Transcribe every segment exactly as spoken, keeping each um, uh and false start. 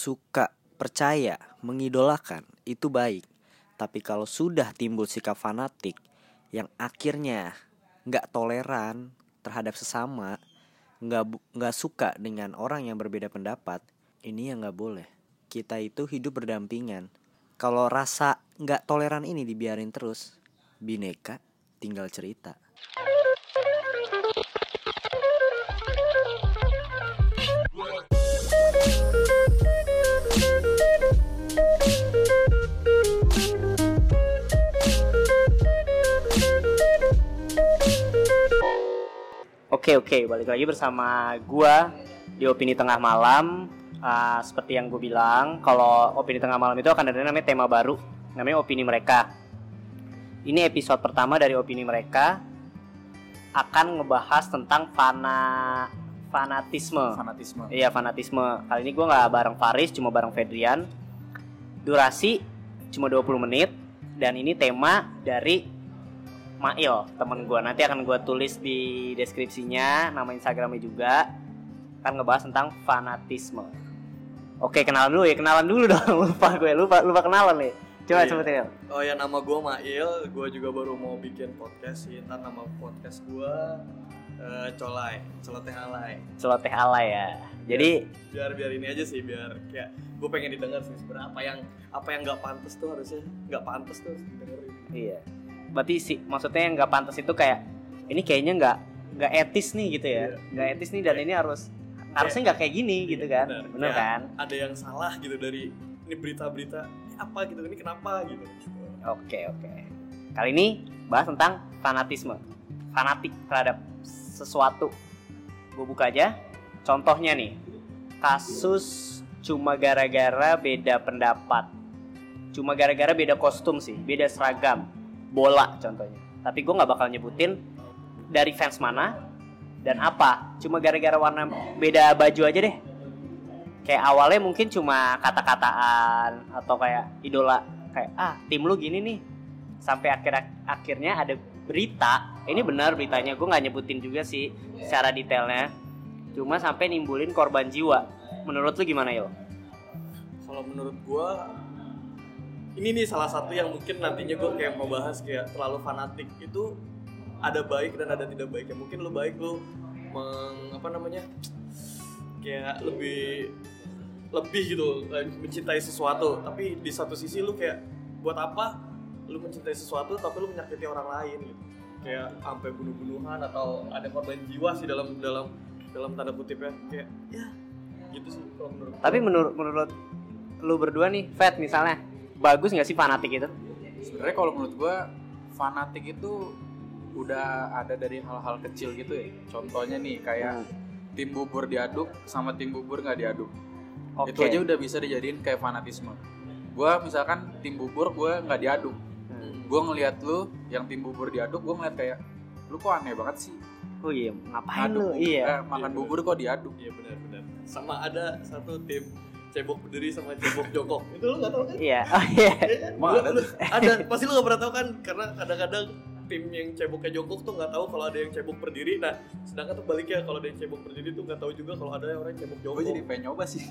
suka, percaya, mengidolakan itu baik. Tapi kalau sudah timbul sikap fanatik yang akhirnya gak toleran terhadap sesama, gak, gak suka dengan orang yang berbeda pendapat, ini yang gak boleh. Kita itu hidup berdampingan. Kalau rasa gak toleran ini dibiarin terus, bineka tinggal cerita. Oke oke, balik lagi bersama gua di Opini Tengah Malam. uh, Seperti yang gue bilang, kalau Opini Tengah Malam itu akan ada namanya tema baru, namanya Opini Mereka. Ini episode pertama dari Opini Mereka. Akan ngebahas tentang fana fanatisme Fanatisme Iya, fanatisme. Kali ini gue gak bareng Faris, cuma bareng Fedrian. Durasi cuma dua puluh menit. Dan ini tema dari Mail, temen gue. Nanti akan gue tulis di deskripsinya nama Instagramnya juga. Kan ngebahas tentang fanatisme. Oke, kenalan dulu ya, kenalan dulu dong. Lupa gue, lupa lupa kenalan nih. Coba iya. sebutin. Oh ya, nama gue Mail. Gue juga baru mau bikin podcast sih. Ntar nama podcast gue uh, Colai, Celoteh Alay. Celoteh Alay ya. Jadi biar biar ini aja sih, biar kayak gue pengen didengar sih sebenarnya apa yang apa yang nggak pantas tuh harusnya nggak pantas tuh dengerin. Iya. Berarti sih maksudnya yang nggak pantas itu kayak ini kayaknya nggak nggak etis nih gitu ya, nggak yeah. etis nih dan ini harus kayak, harusnya nggak kayak gini iya, gitu kan, bener, bener kan? Ada yang salah gitu dari ini berita-berita ini apa gitu, ini kenapa gitu. Oke oke. Kali ini bahas tentang fanatisme, fanatik terhadap sesuatu. Gue buka aja. Contohnya nih, kasus cuma gara-gara beda pendapat, cuma gara-gara beda kostum sih, beda seragam. Bola contohnya. Tapi gue gak bakal nyebutin dari fans mana dan apa. Cuma gara-gara warna beda baju aja deh. Kayak awalnya mungkin cuma kata-kataan atau kayak idola, kayak ah tim lu gini nih. Sampai akhir akhirnya ada berita. Ini benar beritanya, gue gak nyebutin juga sih secara detailnya. Cuma sampai nimbulin korban jiwa. Menurut lu gimana yo? Kalau menurut gue, ini nih salah satu yang mungkin nantinya gue kayak mau bahas, kayak terlalu fanatik itu ada baik dan ada tidak baiknya. Mungkin lu baik lu meng, apa namanya kayak lebih lebih gitu mencintai sesuatu, tapi di satu sisi lu kayak buat apa lu mencintai sesuatu tapi lu menyakiti orang lain gitu, kayak sampai bunuh-bunuhan atau ada korban jiwa sih dalam dalam dalam tanda kutipnya, kayak ya gitu sih kalau menurut. Tapi menurut menurut lu berdua nih, Fed misalnya, bagus nggak sih fanatik itu? Sebenarnya kalau menurut gue fanatik itu udah ada dari hal-hal kecil gitu ya. Contohnya nih kayak hmm. tim bubur diaduk sama tim bubur nggak diaduk. Okay. Itu aja udah bisa dijadiin kayak fanatisme. Gue misalkan tim bubur gue nggak diaduk, hmm. gue ngelihat lu yang tim bubur diaduk, gue ngeliat kayak lu kok aneh banget sih. Oh iya, ngapain aduk, lu? Iya. Eh, makan iya, bubur kok diaduk. Iya benar-benar. Sama ada satu tim cebok berdiri sama cebok jongkok. Itu lu enggak tahu kan? Iya. Oh iya. Lu, lu, ada, pasti lu enggak pernah tahu kan? Karena kadang-kadang tim yang ceboknya jongkok tuh enggak tahu kalau ada yang cebok berdiri. Nah, sedangkan tuh baliknya kalau ada yang cebok berdiri tuh enggak tahu juga kalau ada orang cebok jongkok. Gue jadi pengen nyoba sih.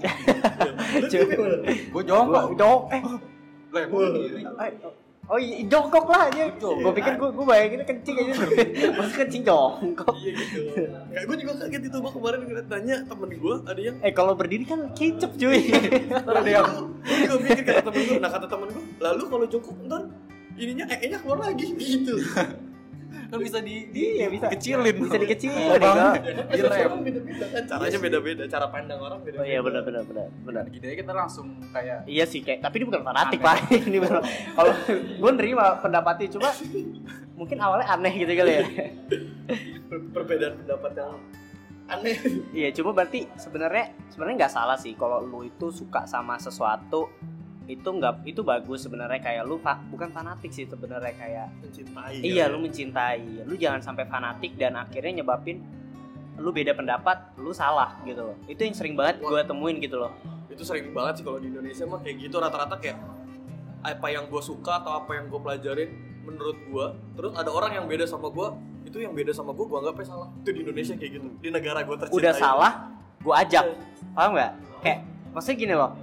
Gue jongkok, jongkok. Eh, lah berdiri. Oh iya, jongkok lah aja. Gue pikir gue gue bayangin kencing aja dulu. Maksud kencing jongkok. Iya gitu. Kayak gue juga kaget itu, gue kemarin ngeliat nanya temen gue ada yang eh kalau berdiri kan kicep cuy. Ada yang gue juga mikir kata temen gue, nah kata temen gue, lalu kalau jongkok ntar ininya e-nya keluar lagi gitu. Kan bisa di, di iya, bisa kecilin, bisa dikecilin. Oh, bang, direm. Beda-beda kan, caranya beda-beda, cara pandang orang beda-beda. Oh iya benar benar benar benar. Gini aja kita langsung kayak iya sih kayak, tapi ini bukan fanatik Pak. Ini benar. Kalau gue nerima pendapatnya, cuma mungkin awalnya aneh gitu kali ya. Perbedaan pendapat yang aneh. Iya, cuma berarti sebenarnya sebenarnya nggak salah sih kalau lu itu suka sama sesuatu. Itu nggak, itu bagus sebenarnya, kayak lu fa, bukan fanatik sih sebenarnya, kayak mencintai. Iya, ya. Lu mencintai. Lu jangan sampai fanatik dan akhirnya nyebabin lu beda pendapat, lu salah gitu loh. Itu yang sering banget gue temuin gitu loh. Itu sering banget sih kalau di Indonesia mah kayak gitu, rata-rata kayak apa yang gue suka atau apa yang gue pelajarin menurut gue, terus ada orang yang beda sama gue, itu yang beda sama gue, gue anggapnya salah. Itu di Indonesia kayak gitu, di negara gue tercinta. Udah salah, gue ajak, paham nggak? Kayak maksudnya gini loh.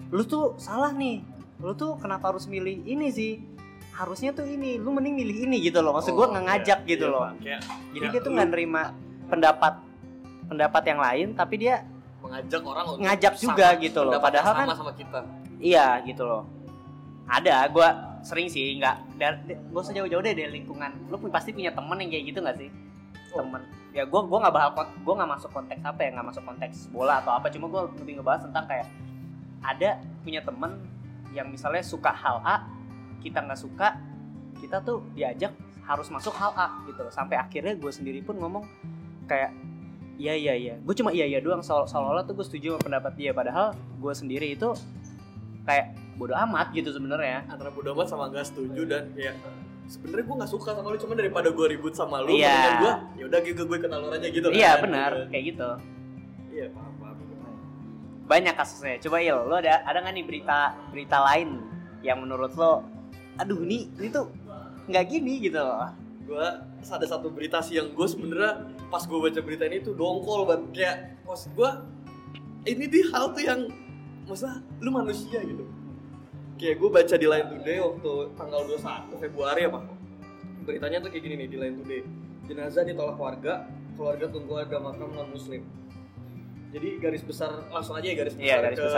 lu tuh salah nih, lu tuh kenapa harus milih ini sih, harusnya tuh ini, lu mending milih ini gitu loh. Maksud gue Oh, nggak ngajak iya, gitu iya, loh. Pak. Kayak, Jadi kayak dia tuh lu nggak nerima pendapat pendapat yang lain, tapi dia mengajak orang untuk ngajak juga gitu loh. pendapat yang Padahal sama kan sama kita. iya gitu loh. Ada, gue sering sih nggak, gue usah jauh-jauh deh dari lingkungan. Lu pasti punya temen yang kayak gitu nggak sih? Oh. Temen. Ya gue gue nggak bahas, gue nggak masuk konteks apa ya, nggak masuk konteks bola atau apa. Cuma gue lebih ngebahas tentang kayak ada punya temen yang misalnya suka hal A, kita nggak suka, kita tuh diajak harus masuk hal A gitu loh. Sampai akhirnya gue sendiri pun ngomong kayak iya iya iya, gue cuma iya iya doang, seolah-olah tuh gue setuju sama pendapat dia, padahal gue sendiri itu kayak bodo amat gitu sebenarnya. Antara bodo amat sama gak setuju dan kayak sebenarnya gue nggak suka sama lu, cuma daripada gue ribut sama lu, Iya. mendingan gue ya udah gitu gue kenal lu aja gitu. Iya kan? benar, Gitu. kayak gitu. Iya paham paham. Banyak kasusnya. Coba Il, lo ada ada nggak nih berita berita lain yang menurut lo, aduh ini ini tuh nggak gini gitu loh. Gue ada satu berita sih yang gue sebenarnya pas gue baca berita ini tuh dongkol banget, kayak maksud gue ini di hal tuh yang masa lu manusia gitu. Kayak gue baca di Line Today waktu tanggal dua puluh satu Februari apa, beritanya tuh kayak gini nih di Line Today. Jenazah ditolak warga, keluarga tunggu harga makam non muslim. Jadi garis besar, langsung aja ya garis besar, Iya, garis ke besar.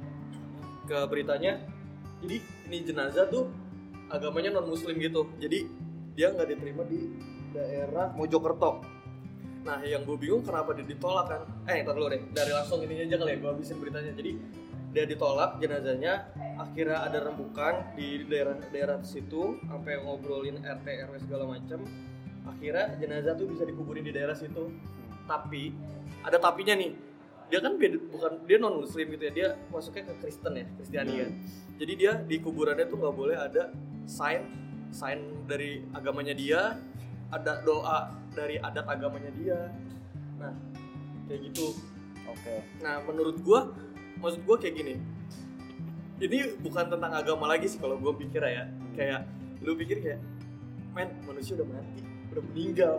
ke beritanya. Jadi ini jenazah tuh agamanya non muslim gitu, jadi dia nggak diterima di daerah Mojokerto. Nah yang gue bingung kenapa dia ditolak kan, eh ntar dulu deh, dari langsung ini aja kali ya gue habisin beritanya. Jadi dia ditolak jenazahnya, akhirnya ada rembukan di daerah daerah situ, sampai ngobrolin R T R W segala macam. Akhirnya jenazah tuh bisa dikuburin di daerah situ. Tapi ada tapinya nih, dia kan beda, bukan dia non muslim gitu ya, dia masuknya ke Kristen ya, Kristiani kan. Jadi dia di kuburannya tuh nggak boleh ada sign sign dari agamanya dia, ada doa dari adat agamanya dia. Nah kayak gitu. Oke. Nah menurut gua, maksud gua kayak gini, ini bukan tentang agama lagi sih kalau gua pikir ya. Kayak lu pikir kayak, men manusia udah mati, udah meninggal,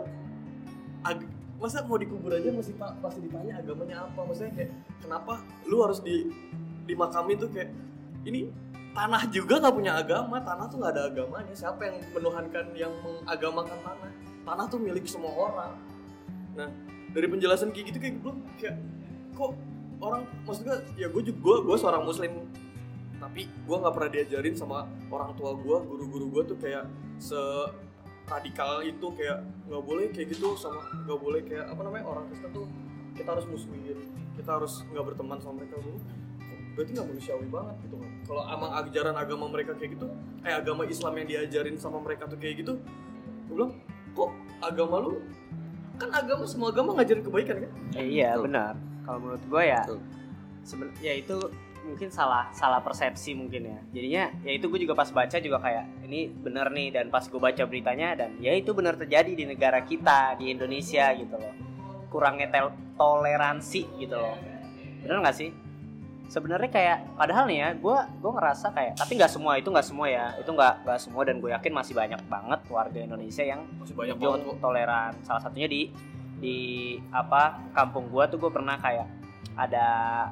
Ag- masa mau dikubur aja masih ta- pasti ditanya agamanya apa. Maksudnya kayak kenapa lu harus di dimakamin tuh, kayak ini tanah juga nggak punya agama, tanah tuh nggak ada agamanya. Siapa yang menuhankan, yang mengagamakan tanah? Tanah tuh milik semua orang. Nah dari penjelasan kayak gitu kayak gue kayak kok orang, maksudnya ya gue juga gue gue seorang muslim, tapi gue nggak pernah diajarin sama orang tua gue, guru-guru gue tuh kayak se radikal itu, kayak nggak boleh kayak gitu, sama nggak boleh kayak apa namanya orang Kristen tuh kita harus musuhin, kita harus nggak berteman sama mereka dulu. Berarti nggak manusiawi banget gitu kan. Kalau emang ajaran agama mereka kayak gitu, eh agama Islam yang diajarin sama mereka tuh kayak gitu, gue bilang kok agama lu, kan agama semua agama ngajarin kebaikan kan? Eh, iya Betul. benar. Kalau menurut gue ya, Betul. seben- ya itu mungkin salah salah persepsi mungkin ya. Jadinya ya itu gue juga pas baca juga kayak ini benar nih, dan pas gue baca beritanya dan ya itu benar terjadi di negara kita, di Indonesia gitu loh. Kurangnya tel- toleransi gitu loh. Benar nggak sih? Sebenarnya kayak padahal nih ya, gue gue ngerasa kayak, tapi nggak semua, itu nggak semua ya, itu nggak nggak semua, dan gue yakin masih banyak banget warga Indonesia yang Masih banyak jauh banget kok. toleran. Salah satunya di di apa kampung gue tuh, gue pernah kayak ada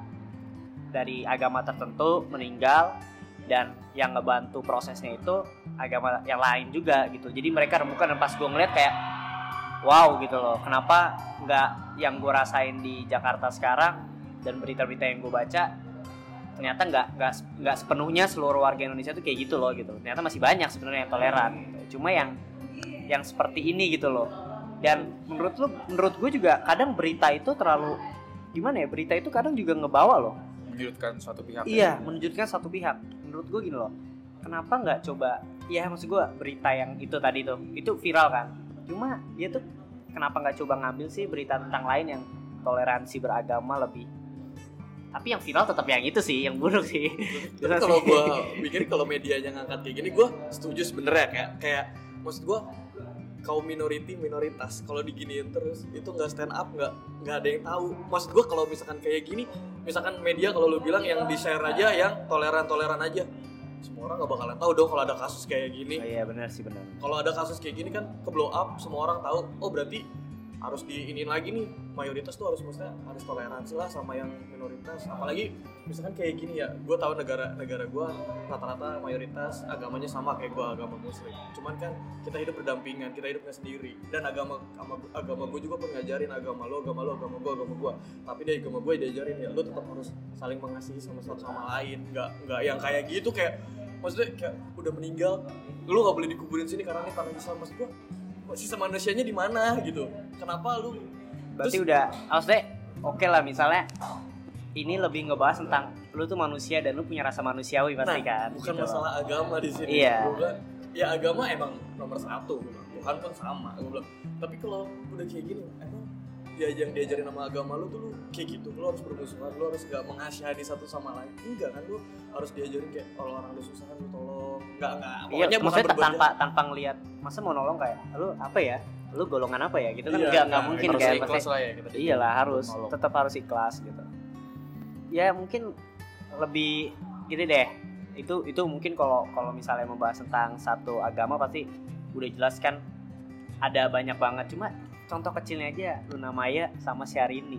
dari agama tertentu meninggal, dan yang ngebantu prosesnya itu agama yang lain juga gitu. Jadi mereka rembukan, dan pas gue ngeliat kayak wow gitu loh, kenapa nggak yang gue rasain di Jakarta sekarang dan berita-berita yang gue baca ternyata nggak nggak nggak sepenuhnya seluruh warga Indonesia tuh kayak gitu loh gitu. Ternyata masih banyak sebenarnya yang toleran gitu. Cuma yang yang seperti ini gitu loh. Dan menurut lu, menurut gue juga kadang berita itu terlalu gimana ya, berita itu kadang juga ngebawa loh. Menyudutkan suatu pihak. Iya, menunjukkan satu pihak. Menurut gue gini loh, kenapa nggak coba, ya maksud gue berita yang itu tadi tuh, itu viral kan. Cuma dia tuh kenapa nggak coba ngambil sih berita tentang lain yang toleransi beragama lebih. Tapi yang viral tetap yang itu sih, yang buruk sih. Tapi kalau gue pikir kalau medianya ngangkat kayak gini, gue setuju sebenarnya. Kayak kayak maksud gue kaum minority minoritas kalau diginiin terus itu nggak stand up, nggak nggak ada yang tahu. Maksud gue kalau misalkan kayak gini, misalkan media kalau lu bilang yang di share aja yang toleran toleran aja, semua orang nggak bakalan tahu dong kalau ada kasus kayak gini. Oh iya benar sih, benar. Kalau ada kasus kayak gini kan ke blow up, semua orang tahu. Oh berarti harus diinin lagi nih, mayoritas tuh harus maksudnya harus toleransi lah sama yang minoritas. Apalagi misalkan kayak gini ya, gue tahu negara-negara gue rata-rata mayoritas agamanya sama kayak gue, agama muslim. Cuman kan kita hidup berdampingan, kita hidupnya sendiri. Dan agama agama, agama gue juga pun ngajarin agama lo, agama lo, agama gue, agama gue. Tapi dari agama gue diajarin ya, lo tetap harus saling mengasihi sama satu sama lain. Nggak nggak yang kayak gitu kayak maksudnya kayak udah meninggal, lo nggak boleh dikuburin sini karena ini tanah Islam. Maksud gue sisa manusianya di mana gitu? Kenapa lu? Berarti Terus, udah, maksudnya oke okay lah misalnya ini lebih ngebahas tentang lu tuh manusia dan lu punya rasa manusiawi pasti nah, kan. bukan gitu masalah loh. agama di sini. Iya. Gua, ya agama emang nomor satu, Tuhan pun sama. Gua bilang. Tapi kalau udah kayak gini, emang diajarin diajarin sama agama lu tuh lu kayak gitu, lu harus bermusuhan, lu harus gak mengasihani satu sama lain. Enggak kan, lu harus diajarin kayak kalau orang ada susah kan lu tolong. Enggak enggak. Iya, Pokoknya maksudnya bukan tanpa tanpa ngelihat, masa mau nolong kayak lu apa ya? Lu golongan apa ya? Gitu kan Iya, enggak enggak nah, mungkin harus kan. ikhlas Maksudnya, lah ya kita. iyalah harus, Nolong. tetap harus ikhlas gitu. Ya mungkin lebih gitu deh. Itu itu mungkin kalau kalau misalnya membahas tentang satu agama pasti udah jelas kan ada banyak banget. Cuma contoh kecilnya aja Luna Maya sama Syahrini.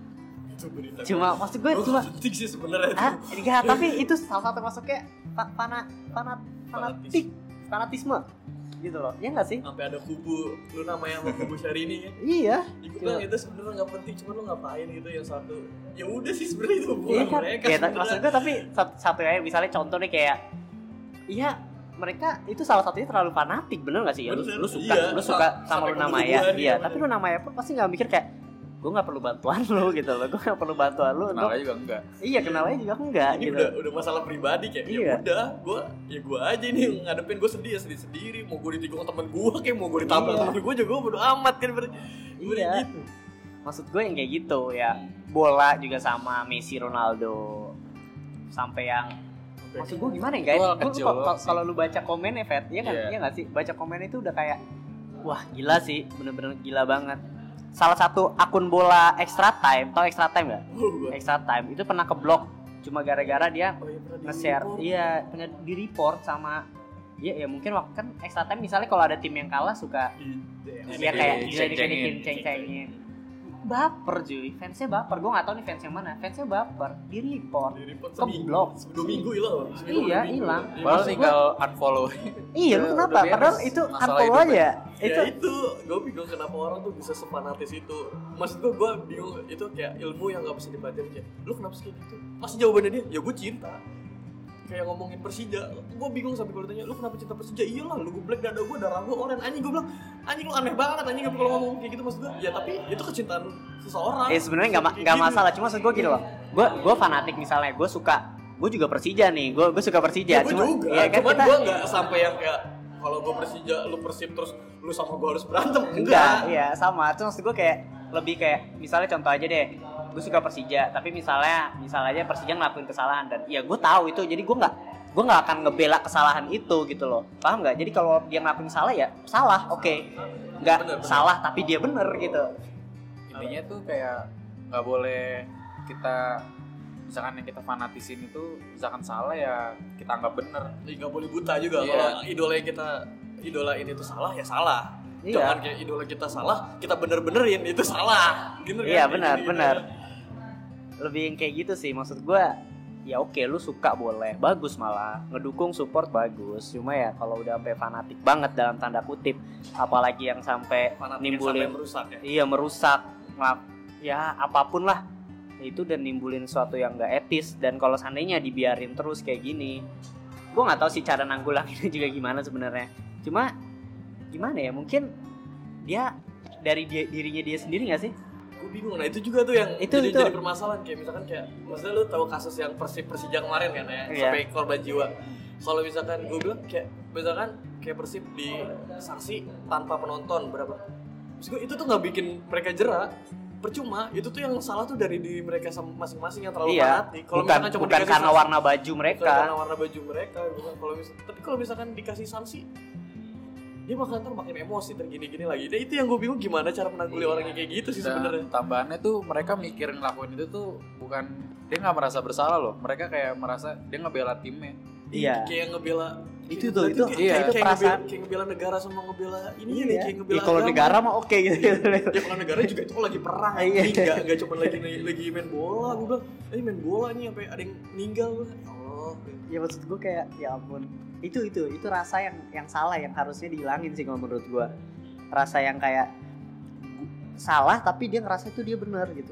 itu berita. Cuma maksud gue Oh, cuma penting sih sebenarnya itu. ah enggak, tapi itu salah satu masuknya fa- fana fanat fanatik fanatisme gitu loh. Ya enggak sih? Sampai ada kubu lu namanya sama kubu Syahrini kan. Iya. Itu kan itu sebenarnya nggak penting, cuma lu ngapain gitu yang satu. Ya udah sih sebenarnya itu Iya hubungan kan? mereka. Ya, sebenarnya. maksud gue tapi satu, satu ya misalnya contoh nih kayak iya mereka itu salah satunya terlalu fanatik, bener gak sih? Ya, lu, Bener, lu suka, iya. lu suka Sa- sama sampai Luna Maya, kebunuhan, iya. iya, Tapi bener. Luna Maya pun pasti nggak mikir kayak gue nggak perlu bantuan lu gitu loh, gue nggak perlu bantuan lu Kenal untuk aja juga enggak. iya kenalnya juga enggak Ini gitu. udah udah masalah pribadi kayak Iya. ya udah gua ya gua aja ini ngadepin gua sedih ya sedih sendiri, mau gua ditikung temen gua kayak mau gua ditabrak Iya. temen gua juga gua bodo amat kan ber Iya. gitu. Maksud gue yang kayak gitu ya. Bola juga sama Messi, Ronaldo, sampai yang maksud gue gimana ya guys? Itu hal Gua- kecil gua- doang kalau- sih. Kalau lu baca komennya, Fet, iya kan? Iya. Iya nggak sih? Baca komen itu udah kayak, wah gila sih, bener-bener gila banget. Salah satu akun bola extra time, tau extra time nggak? Oh, gua. Extra time itu pernah keblok cuma gara-gara dia Oh, iya, pernah nge-share, di-report. iya pernah di report sama, iya ya mungkin waktu kan extra time misalnya kalau ada tim yang kalah suka, Di- di- ya kayak di- diledekin, ceng-cengin. ceng-cengin. Baper cuy, fansnya baper. Gue nggak tahu nih fans yang mana. Fansnya baper, di report. di-report Keblok. seminggu, dua minggu hilang loh. Seminggu, Iya, dua minggu. hilang. Iya, Padahal Maksud tinggal unfollow. Iya, lu Udah- kenapa? udah beres Padahal itu masalah unfollow hidupnya. aja. itu Itu ya itu gue bingung kenapa orang tuh bisa sepanatis itu. Maksud gue gue bingung itu kayak ilmu yang nggak bisa dipelajari kayak lu kenapa sih kayak gitu, pasti jawabannya dia ya gue cinta. Kayak ngomongin Persija, gue bingung sampai kalau ditanya lu kenapa cinta Persija, iyalah lu geblek dada gue, darah gue oren. Anjing, gue bilang anjing lu aneh banget anjing kalau ngomong kayak gitu. Maksud gue ya tapi itu kecintaan seseorang. eh sebenarnya nggak ma- Kayak nggak gitu. masalah. Cuma maksud gue gitu loh. Gue gue fanatik misalnya. Gue suka. Gue juga Persija nih. Gue gue suka Persija. Ya, gue Cuma juga, ya kan cuman kita gue nggak sampai yang kayak kalau gue Persija, lu Persib terus lu sama gue harus berantem. enggak. Enggak. Iya sama. Cuma maksud gue kayak lebih kayak misalnya contoh aja deh. Gue suka Persija. Tapi misalnya misalnya aja Persija ngelakuin kesalahan dan ya gue tahu itu. Jadi gue nggak gue nggak akan ngebela kesalahan itu gitu loh, paham nggak? Jadi kalau dia ngelakuin salah ya salah, oke, okay. nggak Bener, bener. salah tapi dia bener gitu. Intinya tuh kayak nggak boleh kita, misalkan yang kita fanatisin itu misalkan salah ya kita anggap bener. Jadi nggak boleh buta juga. Iya. Kalau idola yang kita idolain itu salah ya salah. Iya. Jangan kayak idola kita salah kita bener-benerin itu salah. Gitu Iya kan? benar Gitu. benar. Lebih yang kayak gitu sih maksud gue. Ya oke, lu suka boleh, bagus malah, ngedukung support bagus. Cuma ya kalau udah sampai fanatik banget dalam tanda kutip, apalagi yang sampai Fanatik yang nimbulin, sampai merusak ya. iya merusak, ngelak, ya apapun lah, itu dan nimbulin sesuatu yang nggak etis. Dan kalau seandainya dibiarin terus kayak gini, gue nggak tahu sih cara nanggulanginnya juga gimana sebenarnya. Cuma gimana ya, mungkin dia dari dia, dirinya dia sendiri nggak sih? Gue bingung. Nah itu juga tuh yang Itu- jadi, itu. jadi permasalahan kayak misalkan kayak maksudnya lu tahu kasus yang Persib Persija kemarin kan ya, Iya. sampai korban jiwa. Kalau misalkan gue bilang kayak misalkan kayak Persib di sanksi tanpa penonton berapa? Maksud gue itu tuh nggak bikin mereka jera. Percuma, itu tuh yang salah tuh dari diri mereka sama masing-masing yang terlalu Iya, fanatik. Kalau bukan misalkan cuma bukan dikasih karena sanksi- warna baju mereka. Bukan karena warna baju mereka, bukan. Kalau misal, tapi kalau misalkan dikasih sanksi, dia bakal ntar makin emosi tergini-gini lagi. Nah, itu yang gue bingung gimana cara menangguli Iya. orang yang kayak gitu sih Dan sebenarnya. tambahannya tuh mereka mikir ngelakuin itu tuh bukan, dia nggak merasa bersalah loh. Mereka kayak merasa dia ngebela timnya. Iya. Kayak ngebela Itu tuh, itu iya, itu kayak perasaan ngebela, kayak ngebela negara sama ngebela ini iya. nih, kayak ngebela Ya, kalau agama. negara mah oke gitu. Ya kalau negara juga itu lagi perang, Iya. ini nggak nggak cuma lagi lagi main bola, gue bilang, eh main bola nih sampai ada yang meninggal, gue, ya Allah. Ya maksud gue kayak ya ampun. Itu itu itu rasa yang yang salah yang harusnya dihilangin sih kalau menurut gue. Rasa yang kayak salah tapi dia ngerasa itu dia benar gitu.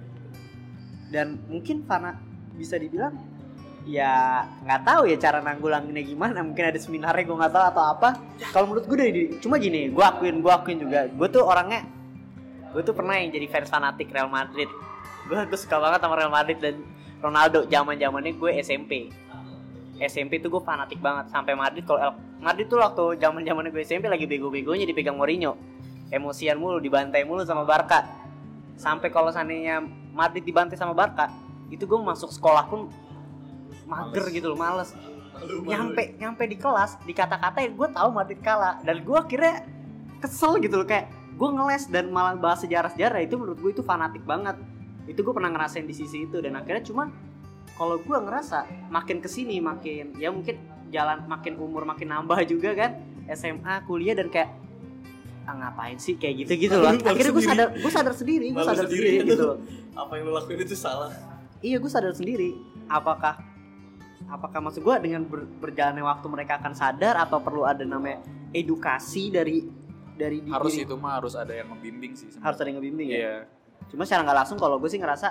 Dan mungkin Fana bisa dibilang ya nggak tahu ya cara nanggulanginnya gimana, mungkin ada seminarnya gue nggak tahu atau apa. Kalau menurut gue dari cuma gini, gue akuin gue akuin juga gue tuh orangnya, gue tuh pernah yang jadi fans fanatik Real Madrid. Gue gue suka banget sama Real Madrid dan Ronaldo. Zaman zamannya gue S M P S M P tuh gue fanatik banget sampai Madrid. Kalau Madrid tuh waktu zaman zamannya gue S M P lagi bego-begonya dipegang Mourinho, emosian mulu, dibantai mulu sama Barca. Sampai kalau seandainya Madrid dibantai sama Barca, itu gue masuk sekolah pun mager males. Gitu loh, males. Malu, malu. Nyampe nyampe di kelas dikata-katain gue tahu Madrid kalah dan gue akhirnya kesel gitu loh, kayak gue ngeles dan malah bahas sejarah-sejarah. Itu menurut gue itu fanatik banget. Itu gue pernah ngerasain di sisi itu dan akhirnya cuma kalau gue ngerasa makin kesini makin ya mungkin jalan makin umur makin nambah juga kan, S M A kuliah dan kayak ah, ngapain sih kayak gitu-gitu loh. Akhirnya gue sadar gue sadar sendiri gue sadar sendiri, sendiri gitu loh. Apa yang lo lakuin itu salah. Iya gue sadar sendiri. Apakah apakah maksud gue dengan ber, berjalannya waktu mereka akan sadar atau perlu ada namanya edukasi dari dari harus diri. Itu mah harus ada yang membimbing sih sebenernya. Harus ada yang membimbing yeah. ya. Cuma secara nggak langsung kalau gue sih ngerasa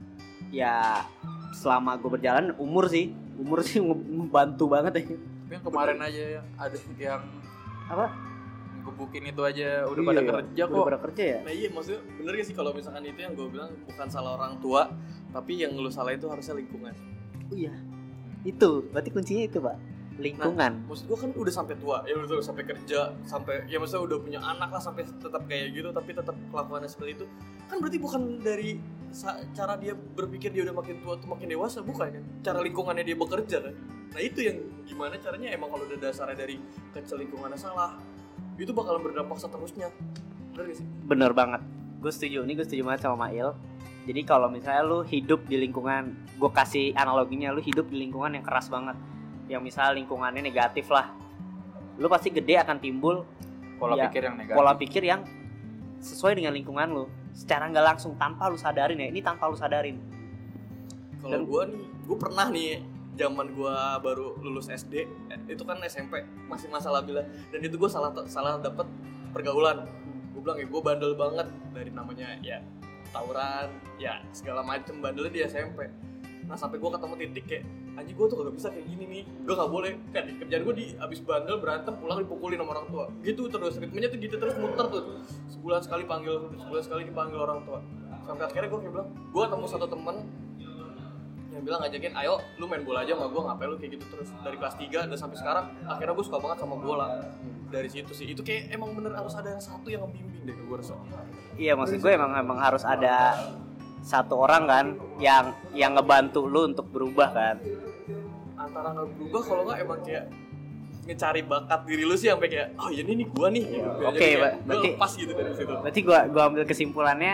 ya selama gue berjalan umur sih umur sih membantu banget ya. Tapi yang kemarin aja yang ada yang apa ngebukin itu aja udah iya, pada kerja kok. Udah pada kerja ya. Nah iya maksudnya bener gak sih kalau misalkan itu yang gue bilang bukan salah orang tua, tapi yang lu salah itu harusnya lingkungan. Oh iya. Itu berarti kuncinya itu Pak, lingkungan. Nah, maksud gue kan udah sampai tua, ya udah sampai kerja, sampai ya maksudnya udah punya anak lah sampai tetap kayak gitu, tapi tetap kelakuannya seperti itu. Kan berarti bukan dari sa- cara dia berpikir dia udah makin tua tuh makin dewasa, bukan kan? Cara lingkungannya dia bekerja kan. Nah itu yang gimana caranya emang kalau udah dasarnya dari kecil lingkungannya salah, itu bakalan berdampak seterusnya. Bener gak sih? Bener banget. Gue setuju, ini gue setuju banget sama Mail. Jadi kalau misalnya lu hidup di lingkungan, gue kasih analoginya, lu hidup di lingkungan yang keras banget, yang misalnya lingkungannya negatif lah, lu pasti gede akan timbul pola ya, pikir yang negatif. Pola pikir yang sesuai dengan lingkungan lu, secara nggak langsung tanpa lu sadarin ya, ini tanpa lu sadarin. Kalau gue nih, gue pernah nih zaman gue baru lulus S D, itu kan S M P masih masa labila, dan itu gue salah salah dapet pergaulan. Gue bilang ya gue bandel banget dari namanya ya tawuran, ya segala macem bandelnya di S M P. Nah sampai gue ketemu titik kayak anjing gue tuh gak bisa kayak gini nih, gue gak boleh kan kerjaan gue di abis bandel berantem pulang dipukulin sama orang tua gitu terus, ritmenya tuh gitu terus muter tuh, sebulan sekali panggil sebulan sekali dipanggil orang tua. Sampai akhirnya gue kayak bilang, gue ketemu satu temen yang bilang ngajakin ayo lu main bola aja sama gue, ngapain lu kayak gitu terus dari kelas tiga dan sampai sekarang. Akhirnya gue suka banget sama bola dari situ sih. Itu kayak emang bener harus ada yang satu yang membimbing deh gue rasa. Iya maksud gue emang emang harus ada satu orang kan yang yang ngebantu lu untuk berubah kan. Antara nggak berubah kalau nggak emang kayak ngecari bakat diri lu sih sampai kayak oh ini nih gua nih gitu. Oke, okay, berarti pas gitu dari situ. Berarti gua gua ambil kesimpulannya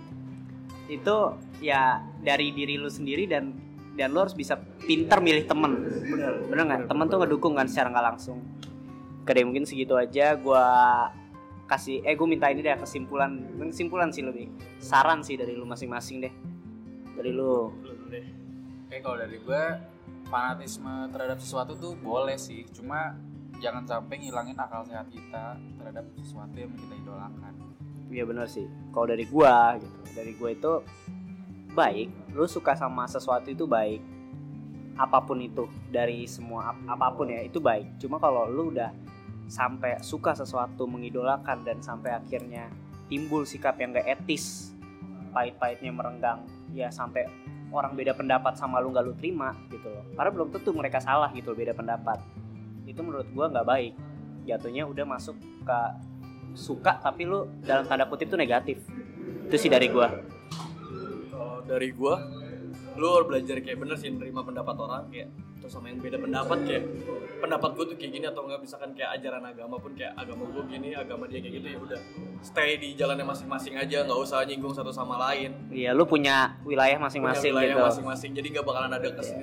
itu ya dari diri lu sendiri dan dan lu harus bisa pintar milih temen. Bener. Bener nggak? Temen tuh ngedukung kan secara nggak langsung. Oke, mungkin segitu aja gua kasih eh gue minta ini deh kesimpulan kesimpulan sih lebih saran sih dari lu masing-masing deh, dari lu. Oke, kalau dari gue fanatisme terhadap sesuatu tuh boleh sih, cuma jangan sampai ngilangin akal sehat kita terhadap sesuatu yang kita idolakan. Iya benar sih. Kalau dari gue gitu, dari gue itu baik, lu suka sama sesuatu itu baik, apapun itu dari semua ap- apapun ya itu baik. Cuma kalau lu udah sampai suka sesuatu, mengidolakan dan sampai akhirnya timbul sikap yang gak etis, pahit-pahitnya merenggang, ya sampai orang beda pendapat sama lu gak lu terima gitu loh. Padahal belum tentu mereka salah gitu loh, beda pendapat. Itu menurut gua gak baik. Jatuhnya udah masuk ke suka tapi lu dalam tanda kutip tuh negatif. Itu sih dari gua. Kalau dari gua, lu harus belajar kayak bener sih nerima pendapat orang kayak terus sama yang beda pendapat kayak pendapat gue tuh kayak gini atau enggak, misalkan kayak ajaran agama pun kayak agama gue gini, agama dia kayak gitu, ya udah stay di jalannya masing-masing aja, nggak usah nyinggung satu sama lain. Iya, lu punya wilayah masing-masing punya wilayah gitu. masing-masing, jadi nggak bakalan ada kes-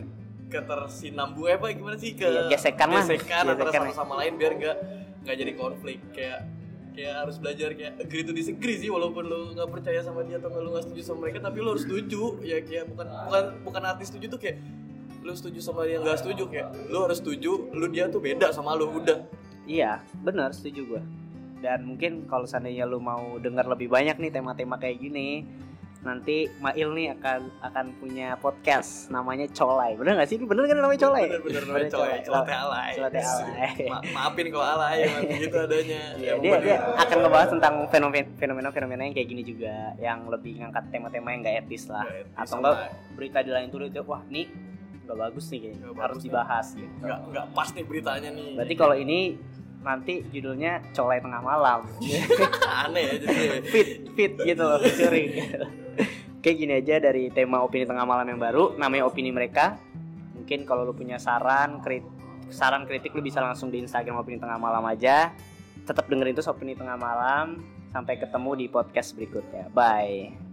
ketersinambungan apa gimana sih ke Iya, gesekan lah. gesekan antara Gesekan satu sama lain biar nggak nggak jadi konflik. Kayak kayak harus belajar kayak agree to disagree sih, walaupun lu nggak percaya sama dia atau nggak lu nggak setuju sama mereka, tapi lu harus setuju ya. Kayak bukan bukan bukan arti setuju tuh kayak lu setuju sama dia nggak setuju, kayak lu harus setuju lu dia tuh beda sama lu, udah. Iya, benar, setuju gue. Dan mungkin kalau seandainya lu mau dengar lebih banyak nih tema-tema kayak gini, nanti Mail nih akan akan punya podcast namanya Colai. Bener nggak sih? Bener kan namanya Colai? Bener bener namanya Colai. Celoteh alay. Celoteh alay. Ma- maafin kalau alay emang gitu adanya. Iya, Ya, dia, pokoknya- dia akan ngebahas tentang fenomena- fenomena-fenomena yang kayak gini juga, yang lebih ngangkat tema-tema yang nggak etis lah, Nggak etis atau sama- enggak berita di lain tuh itu wah nih nggak bagus nih kayaknya, Nggak harus bagus dibahas gitu. nggak nggak pas nih beritanya nih. Berarti kalau ini nanti judulnya Colai Tengah Malam. aneh ya jadi. fit fit gitu loh, featuring. Oke, gini aja dari tema opini tengah malam yang baru, namanya opini mereka. Mungkin kalau lu punya saran, krit saran kritik lu bisa langsung di Instagram opini tengah malam aja. Tetap dengerin terus opini tengah malam. Sampai ketemu di podcast berikutnya. Bye.